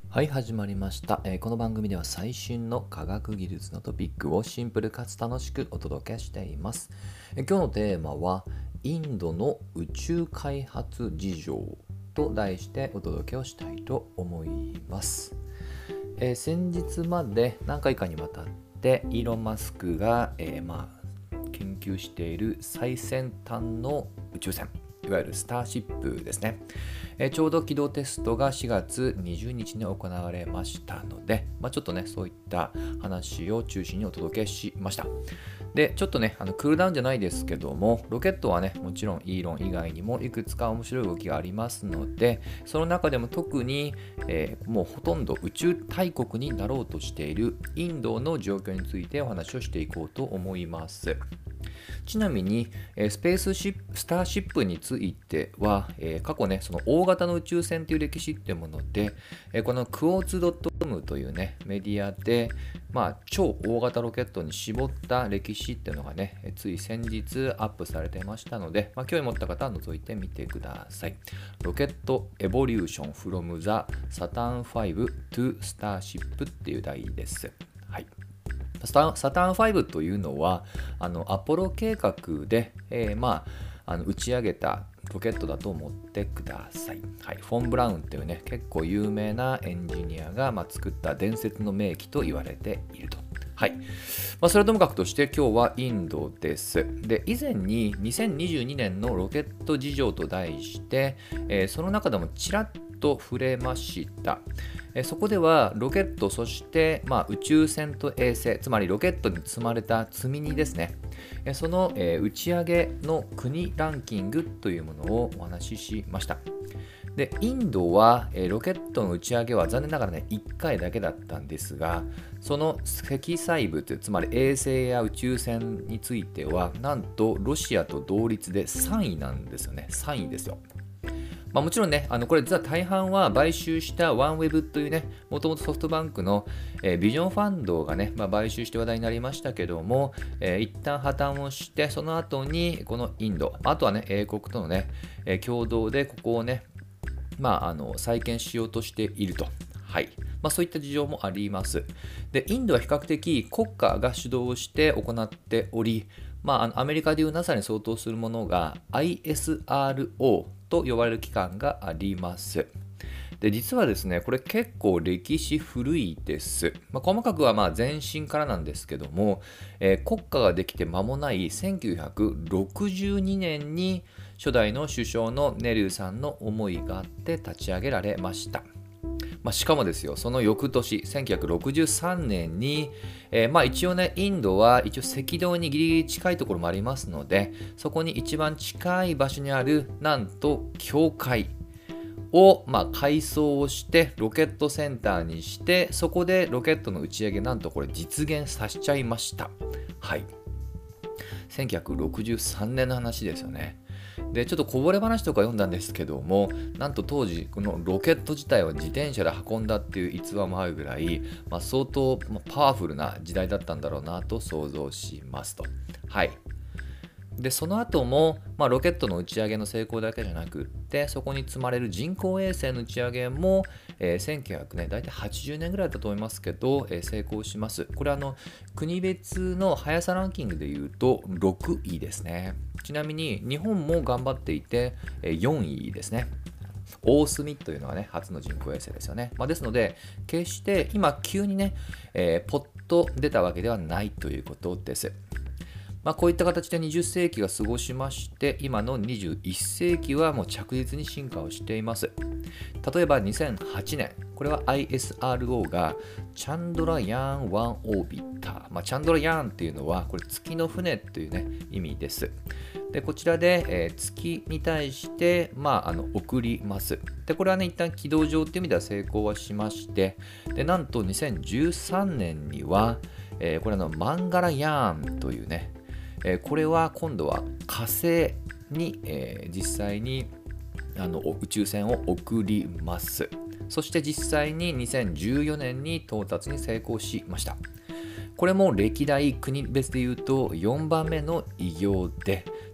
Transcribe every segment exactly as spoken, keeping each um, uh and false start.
はい、始まりました、えーこの番組では最新の科学技術のトピックをシンプルかつ楽しくお届けしています。えー今日のテーマはインドの宇宙開発事情と題してお届けをしたいと思います。えー先日まで何回かにわたってイーロン・マスクが、えーまあ、研究している最先端の宇宙船、いわゆるスターシップですね。えーちょうど起動テストがしがつにじゅうにちに行われましたので、まあ、ちょっとね、そういった話を中心にお届けしました。で、ちょっとね、あのクールダウンじゃないですけども、ロケットはね、もちろんイーロン以外にもいくつか面白い動きがありますので、その中でも特に、えーもうほとんど宇宙大国になろうとしているインドの状況についてお話をしていこうと思います。ちなみに、えースペースシップ、スターシップについては、えー過去ね、その大型の宇宙船という歴史っていうもので、えーこのクォーツ .com というね、メディアで、まあ、超大型ロケットに絞った歴史っていうのがね、えーつい先日アップされてましたので、まあ、興味持った方は覗いてみてください。ロケットエボリューション from the Saturn ファイブ to Starship っていう題です。はい。サタンサターンファイブというのはあのアポロ計画で、えーまあ、あの打ち上げたロケットだと思ってください。はい、フォン・ブラウンというね結構有名なエンジニアが、まあ、作った伝説の名機と言われていると。はい、まあ、それともかくとして今日はインドです。で、以前ににせんにじゅうにねんのロケット事情と題して、えーその中でもちらっと触れました。えーそこではロケット、そして、まあ、宇宙船と衛星、つまりロケットに積まれた積み荷ですね。えーその、えー打ち上げの国ランキングというものをお話ししました。で、インドは、えーロケットの打ち上げは残念ながらね、いっかいだけだったんですが、その積載物、つまり衛星や宇宙船については、なんとロシアと同率でさんいなんですよね。さんいですよ。まあ、もちろんね、あのこれ実は大半は買収したワンウェブというね、もともとソフトバンクの、えービジョンファンドがね、まあ、買収して話題になりましたけども、えー一旦破綻をして、その後にこのインド、あとはね、英国とのね、えー共同でここをね、まあ、あの再建しようとしていると。はい、まあ、そういった事情もあります。で、インドは比較的国家が主導して行っており、まあ、あのアメリカでいう ナサ に相当するものが アイエスアールオー と呼ばれる機関があります。で、実はですね、これ結構歴史古いです。まあ、細かくはまあ前身からなんですけども、えー国家ができて間もないせんきゅうひゃくろくじゅうにねんに初代の首相のネルーさんの思いがあって立ち上げられました。まあ、しかもですよ、その翌年、せんきゅうひゃくろくじゅうさんねんに、えーまあ一応ね、インドは一応赤道にギリギリ近いところもありますので、そこに一番近い場所にある、なんと、教会を、まあ、改装をしてロケットセンターにして、そこでロケットの打ち上げなんとこれ実現させちゃいました。はい、せんきゅうひゃくろくじゅうさんねんの話ですよね。で、ちょっとこぼれ話とか読んだんですけども、なんと当時このロケット自体を自転車で運んだっていう逸話もあるぐらい、まあ、相当まあパワフルな時代だったんだろうなと想像しますと。はい。で、その後も、まあ、ロケットの打ち上げの成功だけじゃなくって、そこに積まれる人工衛星の打ち上げも、えーせんきゅうひゃくね、大体はちじゅうねんぐらいだったと思いますけど、えー成功します。これはあの国別の速さランキングでいうとろくいですね。ちなみに日本も頑張っていて、えーよんいですね。大隅というのはね、初の人工衛星ですよね。まあ、ですので、決して今急にね、えーポッと出たわけではないということです。まあ、こういった形でにじゅっせいきが過ごしまして、今のにじゅういっせいきはもう着実に進化をしています。例えばにせんはちねん、これは アイエスアールオー がチャンドラヤーンワンオービター、まあ、チャンドラヤーンっていうのはこれ月の船というね意味です。で、こちらで、えー月に対して、まあ、あの送ります。で、これはね、一旦軌道上っていう意味では成功はしまして、で、なんとにせんじゅうさんねんには、えーこれのマンガラヤーンというね、えーこれは今度は火星に、えー実際にあの宇宙船を送ります。そして実際ににせんじゅうよねんに到達に成功しました。これも歴代国別でいうとよんばんめの偉業で、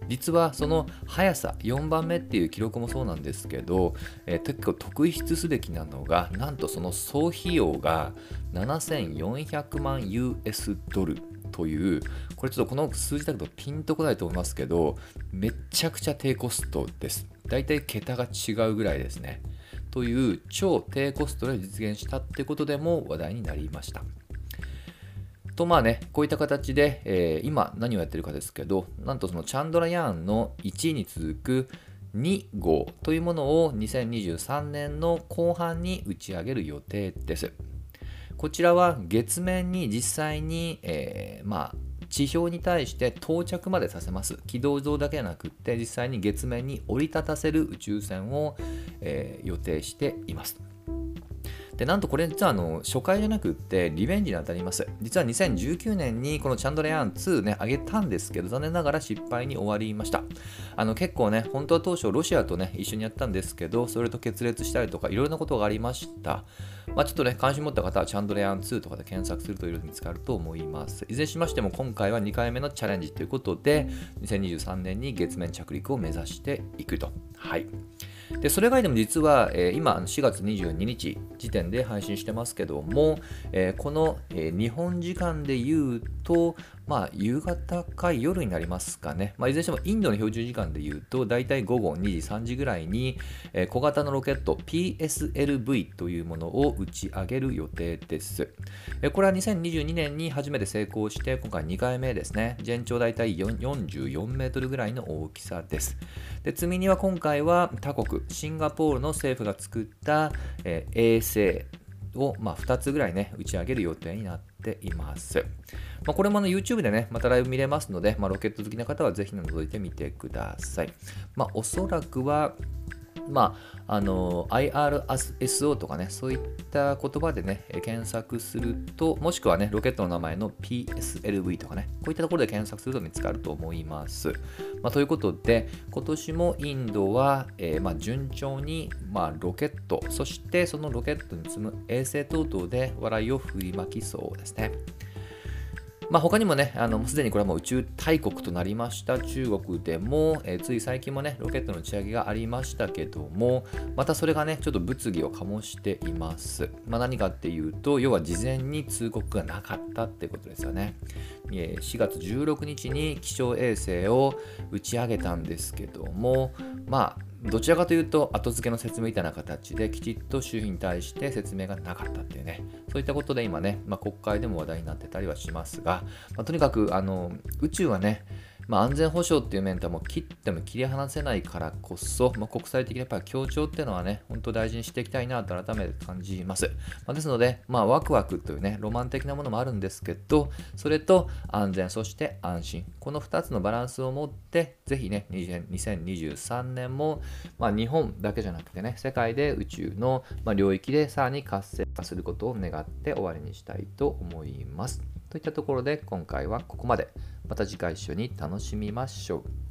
実はその速さよんばんめっていう記録もそうなんですけど、えー、結構特筆すべきなのが、なんとその総費用がななせんよんひゃくまんユーエス ドルという、これちょっとこの数字だとピンとこないと思いますけど、めっちゃくちゃ低コストです。だいたい桁が違うぐらいですね。という超低コストで実現したってことでも話題になりました。とまあね、こういった形で、えー、今何をやってるかですけど、なんとそのチャンドラヤーンのいちいに続くに号というものをにせんにじゅうさんねんの後半に打ち上げる予定です。こちらは月面に実際に、えー、まあ地表に対して到着までさせます。軌道上だけじゃなくって実際に月面に降り立たせる宇宙船を、えー、予定しています。でなんとこれ実はあの初回じゃなくってリベンジに当たります。実はにせんじゅうきゅうねんにこのチャンドラヤーンツーね上げたんですけど、残念ながら失敗に終わりました。あの結構ね、本当は当初ロシアとね一緒にやったんですけど、それと決裂したりとかいろいろなことがありました。まあ、ちょっとね関心持った方はチャンドラヤーンツーとかで検索するといろいろ見つかると思います。いずれにしましても今回はにかいめのチャレンジということで、にせんにじゅうさんねんに月面着陸を目指していくと。はい。でそれ以外でも実は、えー、今しがつにじゅうににち時点で配信してますけども、えー、この、えー、日本時間で言うと、まあ、夕方か夜になりますかね。まあ、いずれにしてもインドの標準時間で言うと、だいたい午後にじさんじぐらいに、えー、小型のロケット ピーエスエルブイ というものを打ち上げる予定です。えー、これはにせんにじゅうにねんに初めて成功して、今回にかいめですね。全長だいたいよんじゅうよんメートルぐらいの大きさです。で積み荷は今回は他国、シンガポールの政府が作った、えー、衛星を、まあ、ふたつぐらいね、打ち上げる予定になっています。まあ、これも、ね、YouTube でね、またライブ見れますので、まあ、ロケット好きな方はぜひ覗いてみてください。まあ、おそらくは、まあ、あの アイアールエスオー とかね、そういった言葉でね、検索すると、もしくはね、ロケットの名前の ピーエスエルブイ とかね、こういったところで検索すると見つかると思います。まあ、ということで、今年もインドは、えーまあ、順調に、まあ、ロケット、そしてそのロケットに積む衛星等々で笑いを振りまきそうですね。まあ、他にもね、あのすでにこれはもう宇宙大国となりました中国でも、えー、つい最近もね、ロケットの打ち上げがありましたけども、またそれがね、ちょっと物議を醸しています。まあ、何かっていうと、要は事前に通告がなかったってことですよね。しがつじゅうろくにちに気象衛星を打ち上げたんですけども、まあ、どちらかというと後付けの説明みたいな形できちっと周囲に対して説明がなかったっていうね、そういったことで今ね、まあ、国会でも話題になってたりはしますが、まあ、とにかくあの宇宙はね、まあ、安全保障っていう面とはもう切っても切り離せないからこそ、まあ、国際的にやっぱり協調っていうのはね、本当大事にしていきたいなと改めて感じます。まあ、ですので、まあ、ワクワクというね、ロマン的なものもあるんですけど、それと安全、そして安心、このふたつのバランスを持って、ぜひね、にせんにじゅうさんねんも、まあ、日本だけじゃなくてね、世界で宇宙の領域でさらに活性化することを願って終わりにしたいと思います。といったところで今回はここまで。また次回一緒に楽しみましょう。